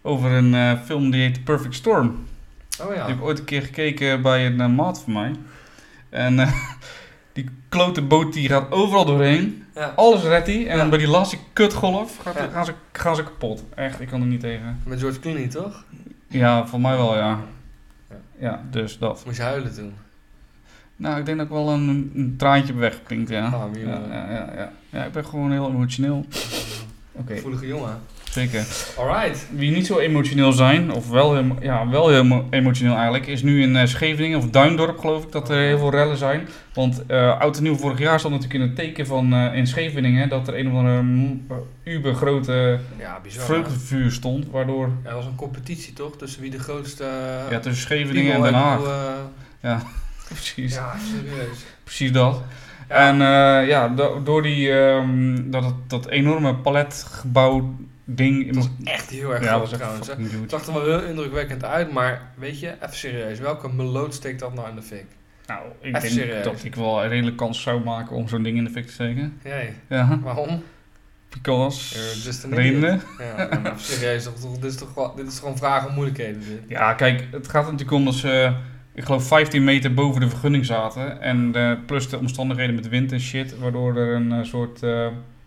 Speaker 1: over een uh, film die heet Perfect Storm.
Speaker 2: Oh ja.
Speaker 1: Die heb ik ooit een keer gekeken bij een uh, maat van mij. En uh, die klote boot die gaat overal doorheen.
Speaker 2: Ja.
Speaker 1: Alles redt hij. En
Speaker 2: Ja.
Speaker 1: bij die laatste kutgolf gaat,
Speaker 2: Ja.
Speaker 1: gaan, ze, gaan ze kapot. Echt, ik kan er niet tegen.
Speaker 2: Met George Clooney, toch?
Speaker 1: Ja, voor mij wel, ja.
Speaker 2: Ja.
Speaker 1: Ja, dus dat.
Speaker 2: Moest je huilen toen?
Speaker 1: Nou, ik denk dat ik wel een, een traantje wegpinkt, ja.
Speaker 2: Ah, wie
Speaker 1: ja,
Speaker 2: wel.
Speaker 1: ja, ja, ja. Ja, ik ben gewoon heel emotioneel. Oké,
Speaker 2: Gevoelige jongen.
Speaker 1: zeker.
Speaker 2: Alright.
Speaker 1: Wie niet zo emotioneel zijn, of wel, emo- ja, wel heel emo- emotioneel eigenlijk, is nu in uh, Scheveningen, of Duindorp geloof ik, dat er heel veel rellen zijn. Want uh, oud en nieuw vorig jaar stond natuurlijk in het teken van uh, in Scheveningen dat er een of andere mm, uber grote
Speaker 2: Ja, bizar. hè?
Speaker 1: vreugdevuur stond, waardoor,
Speaker 2: Ja, dat was een competitie toch? Tussen wie de grootste... uh,
Speaker 1: ja, tussen Scheveningen en
Speaker 2: piemel
Speaker 1: Den
Speaker 2: uit
Speaker 1: Haag.
Speaker 2: uw, uh,
Speaker 1: Precies,
Speaker 2: Ja, serieus.
Speaker 1: precies dat.
Speaker 2: Ja.
Speaker 1: En uh, ja, do- door die, um, dat, het- dat enorme paletgebouw ding...
Speaker 2: Het was echt heel erg
Speaker 1: ja,
Speaker 2: groot
Speaker 1: was echt
Speaker 2: trouwens. hè.
Speaker 1: fucking huge.
Speaker 2: Het zag er wel heel indrukwekkend uit, maar weet je, even serieus. Welke meloot steekt dat nou in de fik?
Speaker 1: Nou, ik
Speaker 2: Even
Speaker 1: denk
Speaker 2: serieus.
Speaker 1: dat ik wel een redelijk kans zou maken om zo'n ding in de fik te steken.
Speaker 2: Jij,
Speaker 1: Ja,
Speaker 2: waarom?
Speaker 1: because...
Speaker 2: You're just an
Speaker 1: redenen.
Speaker 2: idiot. Ja, maar even serieus, toch, toch, dit, is toch, wel- dit is gewoon vragen om moeilijkheden. Dit.
Speaker 1: Ja, kijk, het gaat er natuurlijk om dat ze, ik geloof, vijftien meter boven de vergunning zaten. En eh, plus de omstandigheden met wind en shit, waardoor er een eh, soort, eh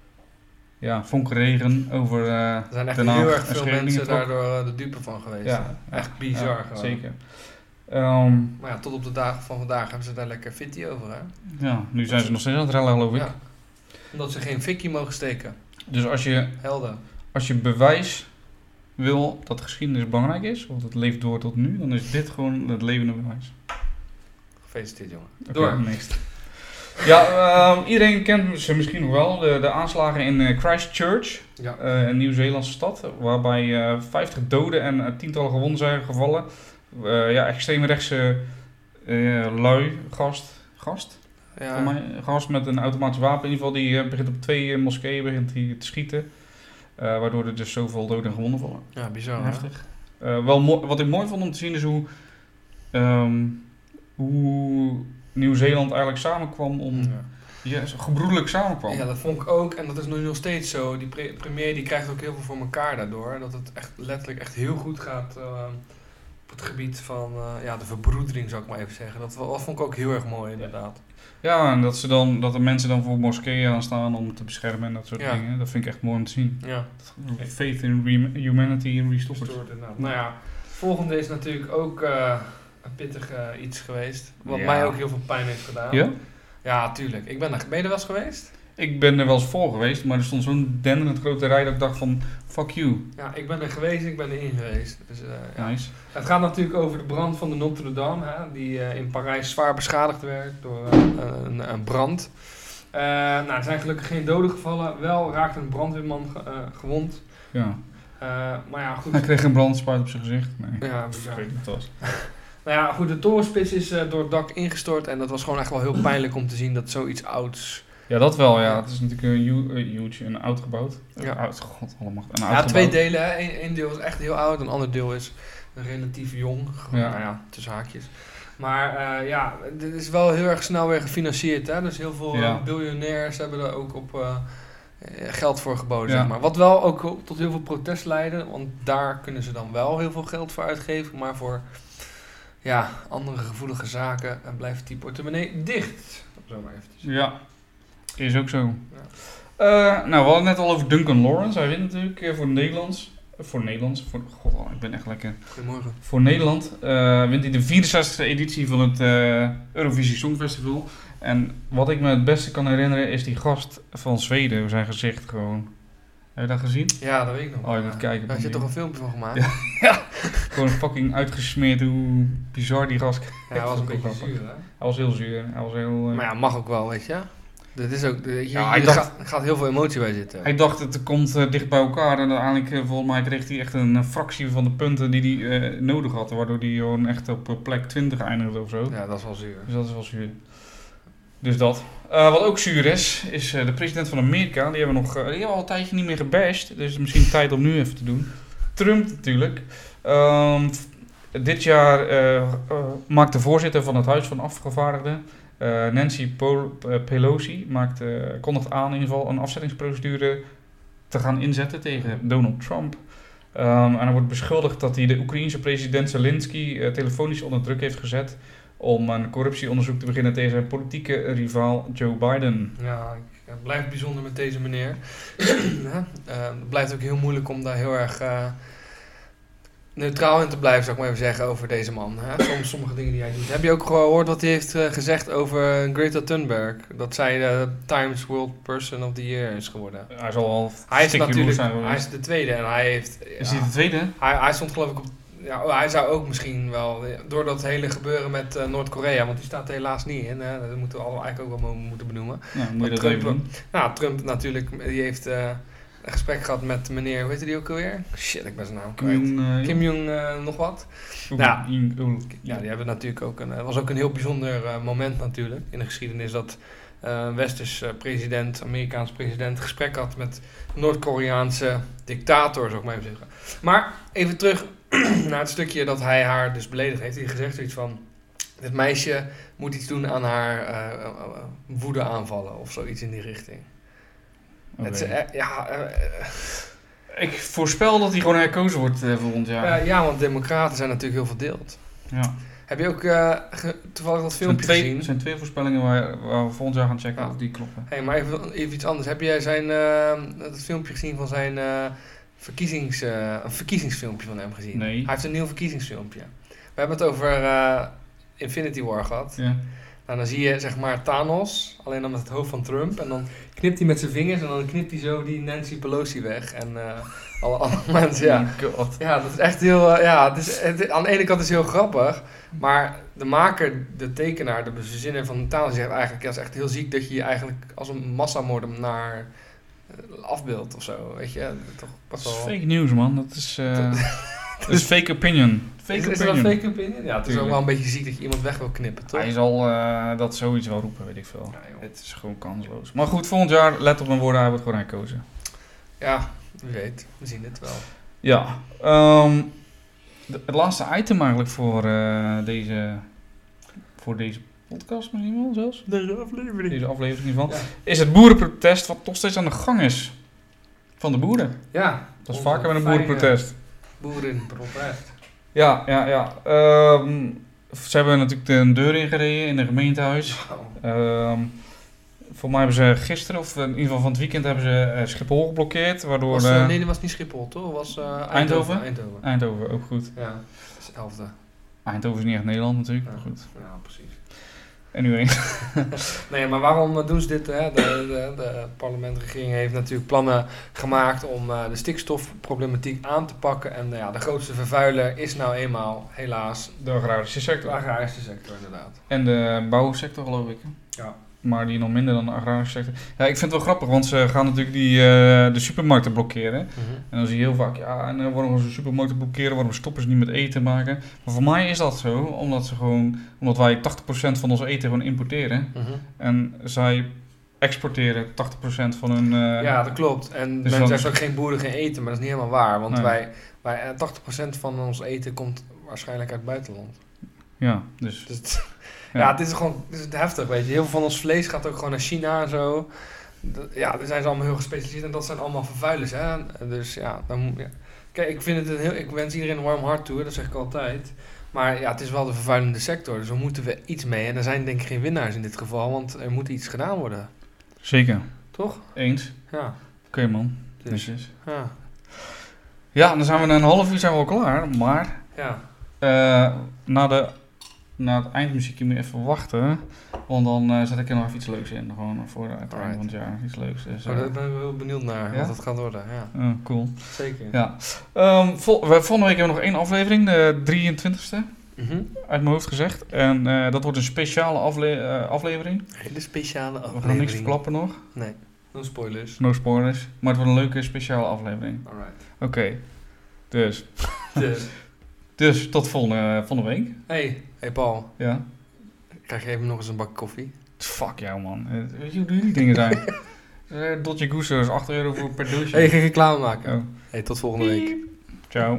Speaker 1: ja, vonkenregen over eh
Speaker 2: Er zijn echt
Speaker 1: Den Haag
Speaker 2: heel
Speaker 1: en
Speaker 2: erg veel
Speaker 1: Scheveningen
Speaker 2: mensen
Speaker 1: trok.
Speaker 2: daardoor uh, de dupe van geweest.
Speaker 1: Ja,
Speaker 2: hè. Echt
Speaker 1: ja,
Speaker 2: bizar
Speaker 1: ja,
Speaker 2: gewoon.
Speaker 1: zeker. Ehm,
Speaker 2: Maar ja, tot op de dagen van vandaag hebben ze daar lekker fitty over, hè?
Speaker 1: ja, nu zijn ze nog steeds aan het rellen, geloof ik.
Speaker 2: Ja. Omdat ze geen fikkie mogen steken.
Speaker 1: Dus als je,
Speaker 2: Helden.
Speaker 1: als je bewijs wil dat geschiedenis belangrijk is, of dat leeft door tot nu, dan is dit gewoon het levende bewijs.
Speaker 2: Gefeliciteerd, jongen.
Speaker 1: Oké,
Speaker 2: Door.
Speaker 1: next. Ja, ehm, iedereen kent ze misschien nog wel, de, de aanslagen in eh, Christchurch,
Speaker 2: Ja.
Speaker 1: eh, een Nieuw-Zeelandse stad, waarbij eh vijftig doden en uh, tientallen gewonden zijn gevallen. Uh, ja, extreemrechtse uh, lui, gast, gast?
Speaker 2: Ja.
Speaker 1: Voor mij, gast met een automatisch wapen in ieder geval, die uh, begint op twee uh, moskeeën begint hij te schieten. Uh, waardoor er dus zoveel doden en gewonden vallen.
Speaker 2: Ja, bizar, hè?
Speaker 1: Heftig. Uh, wel mo- wat ik mooi vond om te zien is hoe, um, hoe Nieuw-Zeeland eigenlijk samenkwam om,
Speaker 2: Ja.
Speaker 1: ja, zo gebroedelijk samenkwam.
Speaker 2: Ja, dat vond ik ook. En dat is nu nog steeds zo. Die pre- premier die krijgt ook heel veel voor elkaar daardoor. Dat het echt letterlijk echt heel goed gaat uh, op het gebied van uh, ja, de verbroedering, zou ik maar even zeggen. Dat, dat vond ik ook heel erg mooi, inderdaad.
Speaker 1: Ja, en dat, ze dan, dat de mensen dan voor moskeeën gaan staan om te beschermen en dat soort
Speaker 2: Ja.
Speaker 1: dingen. Dat vind ik echt mooi om te zien.
Speaker 2: Ja.
Speaker 1: Faith in re- humanity restored.
Speaker 2: Gestoord, inderdaad. Nou ja, het volgende is natuurlijk ook uh, een pittig uh, iets geweest. Wat
Speaker 1: Ja.
Speaker 2: mij ook heel veel pijn heeft gedaan.
Speaker 1: Ja?
Speaker 2: Ja, tuurlijk. Ik ben er, ben je er wel eens geweest?
Speaker 1: Ik ben er wel eens voor geweest, maar er stond zo'n denderend grote rij dat ik dacht van, fuck you.
Speaker 2: Ja, ik ben er geweest, ik ben erin geweest. Dus, uh, ja.
Speaker 1: Nice.
Speaker 2: Het gaat natuurlijk over de brand van de Notre Dame, hè, die uh, in Parijs zwaar beschadigd werd door uh, een, een brand. Uh, nou, er zijn gelukkig geen doden gevallen. Wel raakte een brandweerman ge- uh, gewond.
Speaker 1: Ja.
Speaker 2: Uh, maar ja, goed.
Speaker 1: Hij kreeg een brandspuit op zijn gezicht. Nee.
Speaker 2: Ja,
Speaker 1: Ik
Speaker 2: bizar.
Speaker 1: weet niet wat het was.
Speaker 2: Nou ja, goed, de torenspits is uh, door het dak ingestort en dat was gewoon echt wel heel pijnlijk om te zien dat zoiets ouds...
Speaker 1: Ja, dat wel, ja. Het is natuurlijk een hu- uh, huge, een oud gebouwd.
Speaker 2: Ja.
Speaker 1: Ja. Oud, god, allemaal. Een oud
Speaker 2: Ja, twee
Speaker 1: gebouw.
Speaker 2: delen. Hè. Eén, één deel is echt heel oud, een ander deel is relatief jong. Gewoon,
Speaker 1: Ja.
Speaker 2: Nou ja, tussen haakjes. Maar uh, ja, dit is wel heel erg snel weer gefinancierd. Hè? Dus heel veel
Speaker 1: Ja.
Speaker 2: uh, biljonairs hebben er ook op uh, geld voor geboden.
Speaker 1: Ja.
Speaker 2: Zeg maar. Wat wel ook tot heel veel protest leidde. Want daar kunnen ze dan wel heel veel geld voor uitgeven. Maar voor ja, andere gevoelige zaken uh, blijft die portemonnee dicht. Zo maar eventjes.
Speaker 1: Ja, is ook zo. Uh, nou, we hadden het net al over Duncan Lawrence. Hij wint natuurlijk uh, voor Nederlands. Uh, voor Nederlands. Voor, god, oh, ik ben echt lekker.
Speaker 2: Goedemorgen.
Speaker 1: Voor Nederland uh, wint hij de vierenzestigste editie van het uh, Eurovisie Songfestival. En wat ik me het beste kan herinneren is die gast van Zweden. Zijn gezicht gewoon. Heb je dat gezien?
Speaker 2: Ja, dat weet ik nog.
Speaker 1: Oh, je moet kijken.
Speaker 2: Daar heb je
Speaker 1: man.
Speaker 2: toch een filmpje van gemaakt?
Speaker 1: Ja. Ja. Gewoon fucking uitgesmeerd hoe bizar die gast.
Speaker 2: Ja, hij was een
Speaker 1: Vond ik
Speaker 2: beetje
Speaker 1: wel
Speaker 2: zuur, hè?
Speaker 1: Hij was heel zuur. Hij was heel... uh,
Speaker 2: Maar ja, mag ook wel, weet je. Dit is ook, weet je,
Speaker 1: Ja, hij
Speaker 2: er
Speaker 1: dacht-
Speaker 2: gaat, er gaat heel veel emotie bij zitten.
Speaker 1: Hij dacht het komt uh, dicht bij elkaar en uiteindelijk uh, volgens mij kreeg hij echt een uh, fractie van de punten die hij uh, nodig had. Waardoor hij gewoon echt op uh, plek twintig eindigde of zo.
Speaker 2: Ja, dat is wel zuur.
Speaker 1: Dus dat is wel zuur. Dus dat. Uh, wat ook zuur is, is uh, de president van Amerika. Die hebben we nog uh, die hebben we al een tijdje niet meer gebashed. Dus misschien tijd om nu even te doen. Trump natuurlijk. Um, dit jaar uh, uh, maakt de voorzitter van het Huis van Afgevaardigden, uh, Nancy Pol- uh, Pelosi, maakt, uh, kondigt aan in ieder geval een afzettingsprocedure te gaan inzetten tegen Donald Trump. Um, en hij wordt beschuldigd dat hij de Oekraïense president Zelensky uh, telefonisch onder druk heeft gezet om een corruptieonderzoek te beginnen tegen zijn politieke rivaal Joe Biden.
Speaker 2: Ja, ik- het blijft bijzonder met deze meneer. Ja, eh, het blijft ook heel moeilijk om daar heel erg eh, neutraal in te blijven, zou ik maar even zeggen, over deze man. Hè? Soms sommige dingen die hij doet. Heb je ook gehoord wat hij heeft eh, gezegd over Greta Thunberg? Dat zij de Times World Person of the Year is geworden.
Speaker 1: Hij zal al
Speaker 2: Hij is
Speaker 1: sticky
Speaker 2: natuurlijk
Speaker 1: zijn
Speaker 2: hij
Speaker 1: geweest.
Speaker 2: is de tweede en hij heeft...
Speaker 1: Is
Speaker 2: ja,
Speaker 1: hij de tweede?
Speaker 2: hij, hij stond geloof ik op... Ja, oh, hij zou ook misschien wel, door dat hele gebeuren met eh, Noord-Korea, want die staat er helaas niet in. Hè? Dat moeten we al eigenlijk ook wel mo- moeten benoemen.
Speaker 1: Nou, moet je dat
Speaker 2: Trump,
Speaker 1: even doen.
Speaker 2: Nou, Trump natuurlijk, die heeft eh, een gesprek gehad met meneer, hoe heet die ook alweer? Shit, ik ben zijn naam
Speaker 1: Kim
Speaker 2: kwijt.
Speaker 1: Jong, uh,
Speaker 2: Kim Jong eh, nog wat.
Speaker 1: Oeh,
Speaker 2: Ja.
Speaker 1: Jong- oeh.
Speaker 2: Ja, die hebben natuurlijk ook een, het was ook een heel bijzonder eh, moment natuurlijk in de geschiedenis dat eh, een westers eh, president, Amerikaans president, gesprek had met een Noord-Koreaanse dictator, zou ik maar even zeggen. Maar even terug naar het stukje dat hij haar dus beledigd heeft. Hij heeft gezegd zoiets van, dit meisje moet iets doen aan haar eh, eh, woede aanvallen of zoiets in die richting.
Speaker 1: Oké.
Speaker 2: Het is, eh, ja, eh, eh,
Speaker 1: Ik voorspel dat hij gewoon herkozen wordt uh, volgend jaar.
Speaker 2: eh, ja, want democraten zijn natuurlijk heel verdeeld.
Speaker 1: Ja.
Speaker 2: Heb je ook eh, ge- toevallig dat
Speaker 1: Er zijn
Speaker 2: filmpje
Speaker 1: twee,
Speaker 2: gezien?
Speaker 1: er zijn twee voorspellingen waar, waar we volgend jaar gaan checken
Speaker 2: Ja.
Speaker 1: of die kloppen.
Speaker 2: Hey, maar even, even iets anders. Heb jij zijn, eh, het filmpje gezien van zijn eh, verkiezings, eh, een verkiezingsfilmpje van hem gezien?
Speaker 1: Nee.
Speaker 2: Hij heeft een nieuw verkiezingsfilmpje. We hebben het over eh, Infinity War gehad.
Speaker 1: Ja.
Speaker 2: Nou, dan zie je zeg maar Thanos, alleen dan met het hoofd van Trump. En dan knipt hij met zijn vingers en dan knipt hij zo die Nancy Pelosi weg. En eh, alle, alle mensen, ja.
Speaker 1: Oh God.
Speaker 2: Ja, dat is echt heel... eh, ja, het is, het, aan de ene kant is het heel grappig. Maar de maker, de tekenaar, de bezinner van de taal zegt eigenlijk... Ja, het is echt heel ziek dat je je eigenlijk als een massamoordenaar eh, afbeeldt of zo. Weet je, toch
Speaker 1: Dat
Speaker 2: best
Speaker 1: is
Speaker 2: wel...
Speaker 1: fake news, man. Dat is, uh, dat is fake opinion. Fake
Speaker 2: Is, is dat
Speaker 1: opinion.
Speaker 2: een fake opinion? Ja, het is ook
Speaker 1: Tuurlijk.
Speaker 2: wel een beetje ziek dat je iemand weg wil knippen, toch?
Speaker 1: Hij zal uh, dat zoiets wel roepen, weet ik veel.
Speaker 2: Ja, joh.
Speaker 1: Het is gewoon kansloos. Maar goed, volgend jaar, let op mijn woorden, hij wordt gewoon herkozen.
Speaker 2: Ja, wie weet. We zien het wel.
Speaker 1: Ja. Um, de, het laatste item eigenlijk voor, uh, deze, voor deze podcast misschien wel zelfs.
Speaker 2: Deze aflevering.
Speaker 1: Deze aflevering in ieder geval.
Speaker 2: Ja.
Speaker 1: Is het boerenprotest wat toch steeds aan de gang is. Van de boeren.
Speaker 2: Ja.
Speaker 1: Dat is
Speaker 2: onze
Speaker 1: vaker met een
Speaker 2: fijne
Speaker 1: boerenprotest.
Speaker 2: Boerenprotest.
Speaker 1: Ja, ja, ja. Um, ze hebben natuurlijk de deur ingereden in het gemeentehuis. Um, voor mij hebben ze gisteren, of in ieder geval van het weekend, hebben ze uh, Schiphol geblokkeerd. Waardoor,
Speaker 2: Was,
Speaker 1: uh,
Speaker 2: uh, nee, dat was niet Schiphol, toch? Dat was uh, Eindhoven.
Speaker 1: Eindhoven?
Speaker 2: Eindhoven.
Speaker 1: Eindhoven, ook goed.
Speaker 2: Ja, dat is hetzelfde.
Speaker 1: Eindhoven is niet echt Nederland natuurlijk,
Speaker 2: Ja.
Speaker 1: maar goed.
Speaker 2: Ja, precies.
Speaker 1: Anyway.
Speaker 2: Nee, maar waarom uh, doen ze dit? Hè? De, de, de parlementregering heeft natuurlijk plannen gemaakt om uh, de stikstofproblematiek aan te pakken. En uh, ja, de grootste vervuiler is nou eenmaal, helaas,
Speaker 1: De agrarische
Speaker 2: de
Speaker 1: sector.
Speaker 2: agrarische sector inderdaad.
Speaker 1: En de bouwsector, geloof ik.
Speaker 2: Ja.
Speaker 1: Maar die nog minder dan de agrarische sector. Ja, ik vind het wel grappig, want ze gaan natuurlijk die, uh, de supermarkten blokkeren.
Speaker 2: Mm-hmm.
Speaker 1: En dan zie je heel vaak, ja, en uh, waarom ze supermarkten blokkeren, waarom stoppen ze niet met eten maken. Maar voor mij is dat zo, omdat, ze gewoon, omdat wij tachtig procent van ons eten gewoon importeren.
Speaker 2: Mm-hmm.
Speaker 1: En zij exporteren tachtig procent van hun... Uh,
Speaker 2: Ja, dat klopt. En
Speaker 1: Dus
Speaker 2: mensen
Speaker 1: dan-
Speaker 2: zeggen ook geen boeren, geen eten, maar dat is niet helemaal waar. Want
Speaker 1: Nee.
Speaker 2: wij, wij, eh, tachtig procent van ons eten komt waarschijnlijk uit het buitenland.
Speaker 1: ja, dus...
Speaker 2: Dus het,
Speaker 1: Ja.
Speaker 2: ja. het is gewoon het is heftig, weet je. Heel veel van ons vlees gaat ook gewoon naar China en zo. Dat- ja, daar zijn ze allemaal heel gespecialiseerd en dat zijn allemaal vervuilers, hè. Dus ja, dan moet... Ja. Kijk, ik vind het een heel... Ik wens iedereen een warm hart toe, dat zeg ik altijd. Maar ja, het is wel de vervuilende sector, dus daar moeten we iets mee. En er zijn denk ik geen winnaars in dit geval, want er moet iets gedaan worden.
Speaker 1: Zeker.
Speaker 2: Toch?
Speaker 1: Eens.
Speaker 2: Ja.
Speaker 1: Oké okay, man.
Speaker 2: Dus,
Speaker 1: Netjes.
Speaker 2: ja.
Speaker 1: Ja, dan zijn we na een half uur zijn we al klaar. Maar
Speaker 2: Ja.
Speaker 1: uh, na, de, na het eindmuziekje moet je even wachten. Want dan uh, zet ik er nog even iets leuks in. Gewoon voor het einde
Speaker 2: Alright.
Speaker 1: van het jaar. Iets leuks. Dus, uh,
Speaker 2: Oh, daar ben ik wel benieuwd naar,
Speaker 1: Ja?
Speaker 2: wat het gaat worden. Ja,
Speaker 1: uh, cool.
Speaker 2: zeker.
Speaker 1: Ja. Um, vol, we, volgende week hebben we nog één aflevering. De drieëntwintigste.
Speaker 2: Mhm.
Speaker 1: Uit mijn hoofd gezegd. En uh, dat wordt een speciale afle- uh, aflevering.
Speaker 2: Hele speciale aflevering.
Speaker 1: We gaan niks verklappen nog.
Speaker 2: Nee, no spoilers.
Speaker 1: No spoilers. Maar het wordt een leuke speciale aflevering.
Speaker 2: Alright.
Speaker 1: Oké. Okay. Dus.
Speaker 2: Dus.
Speaker 1: Dus tot volgende, volgende week.
Speaker 2: Hey, hey Paul.
Speaker 1: Ja.
Speaker 2: Krijg je even nog eens een bak koffie?
Speaker 1: Fuck jou, man. Uh, weet je hoe duur die dingen zijn? uh, Dolce Gusto is acht euro voor per doosje.
Speaker 2: Hey, geen reclame maken.
Speaker 1: Oh.
Speaker 2: Hey, tot volgende week.
Speaker 1: Ciao.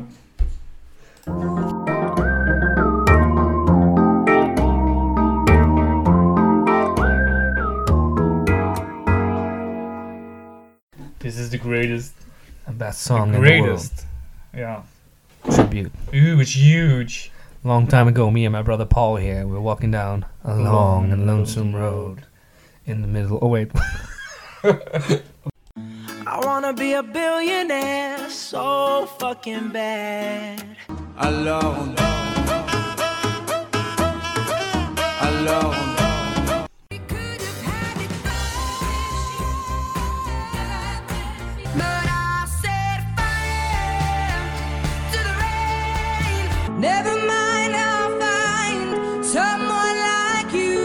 Speaker 5: This is the greatest.
Speaker 2: Best song
Speaker 5: the
Speaker 2: in the world.
Speaker 5: greatest.
Speaker 1: Ja.
Speaker 2: Tribute.
Speaker 1: Ooh, it's huge.
Speaker 2: Long time ago, me and my brother Paul here, we were walking down a long and lonesome road in the middle. Oh wait.
Speaker 3: I wanna be a billionaire so fucking bad.
Speaker 4: Alone. Alone.
Speaker 3: But I set fire to the rain. Never mind, I'll find someone like you.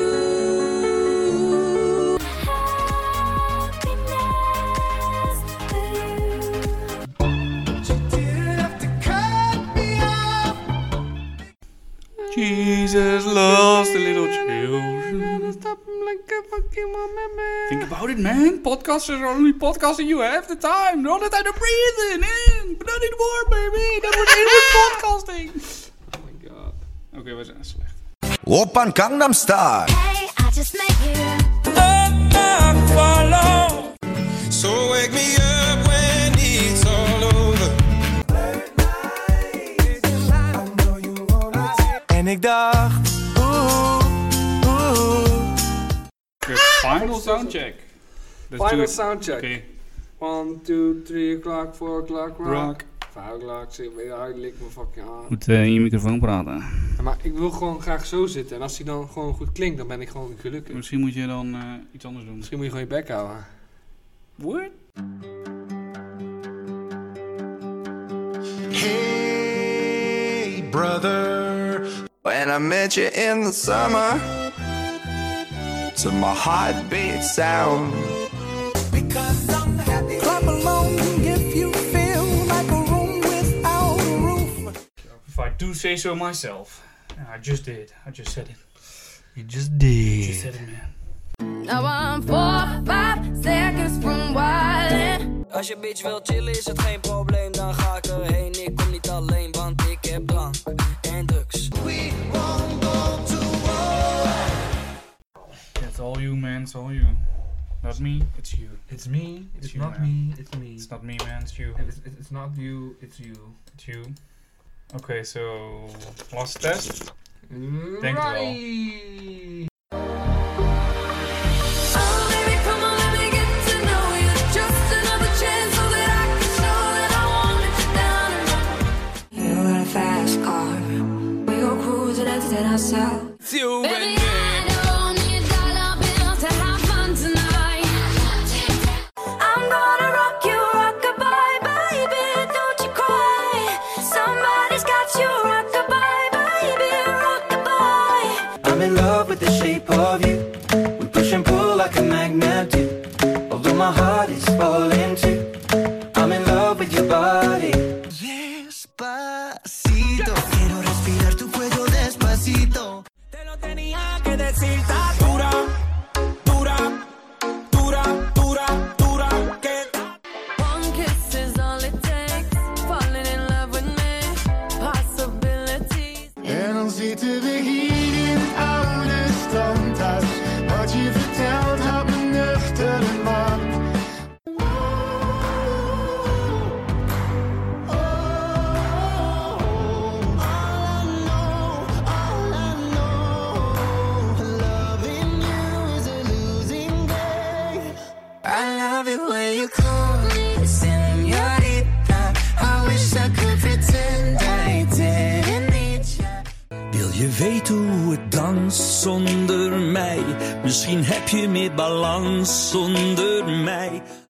Speaker 1: Jesus loves the little children. Think about it, man. Podcasters are only podcasting. You have the time. All the time to breathe in, in. But not anymore, baby. Dat wordt in podcasting. Oh my god. Oké, okay, we zijn slecht.
Speaker 5: Oppan Gangnam Style.
Speaker 3: Hey, I just met you.
Speaker 5: So wake me up when it's all over. En ik dacht, oeh, oeh.
Speaker 1: Final soundcheck. Let's do
Speaker 2: Final
Speaker 1: it.
Speaker 2: soundcheck.
Speaker 1: Okay.
Speaker 2: One, two, three o'clock, four o'clock, rock.
Speaker 1: Rock.
Speaker 2: Five o'clock, six, ik lik me fucking aan.
Speaker 1: Moet uh, in je microfoon praten.
Speaker 2: Ja, maar ik wil gewoon graag zo zitten. En als die dan gewoon goed klinkt, dan ben ik gewoon gelukkig.
Speaker 1: Misschien moet je dan uh, iets anders doen.
Speaker 2: Misschien moet je gewoon je bek houden.
Speaker 1: What?
Speaker 5: Hey, brother. When I met you in the summer, to my heartbeat sound. Because I'm happy. Clap along if you feel like a room without a roof.
Speaker 1: If I do say so myself. I just did. I just said it.
Speaker 2: You just did.
Speaker 1: Just said it, man.
Speaker 3: Now I'm four, five seconds from wildin'.
Speaker 6: Als je bitch wil chillen is het geen probleem, dan ga ik erheen. Ik kom niet alleen, want ik heb drank en drugs.
Speaker 5: We won't go to war.
Speaker 1: It's all you, man. It's all you. Not me. It's you.
Speaker 2: It's me, it's,
Speaker 1: It's you,
Speaker 2: not
Speaker 1: man.
Speaker 2: me, it's me.
Speaker 1: It's not me, man. It's you.
Speaker 2: It's, it's not you, it's you.
Speaker 1: It's you. Okay, so last test. Denk het wel.
Speaker 3: Oh baby, come on, let me get to know you. Just another chance so that I can show that I won't let you down. You got a fast car. We go cruising and set ourselves.
Speaker 6: It's you
Speaker 3: Baby,
Speaker 6: and me.
Speaker 3: I don't need dollar bills to have fun tonight. I'm gonna rock you, rock-a-bye, baby, don't you cry. Somebody's got you, rock-a-bye, baby, rock-a-bye.
Speaker 5: I'm in love with the shape of you. We push and pull like a magnet do. Although my heart is falling too. I'm in love with your body. Despacito, quiero respirar tu cuello despacito.
Speaker 6: Te lo tenía que decir, está dura, dura, dura, dura, dura, que
Speaker 3: One kiss is all it takes. Falling in love with me. Possibilities.
Speaker 7: En dan zitten we hier in het oude standhuis. Wat je vertelt houdt me nuchter en warm.
Speaker 3: I love it when you call me señorita. I wish I could pretend I didn't need you.
Speaker 4: Wil je weten hoe het danst zonder mij? Misschien heb je meer balans zonder mij.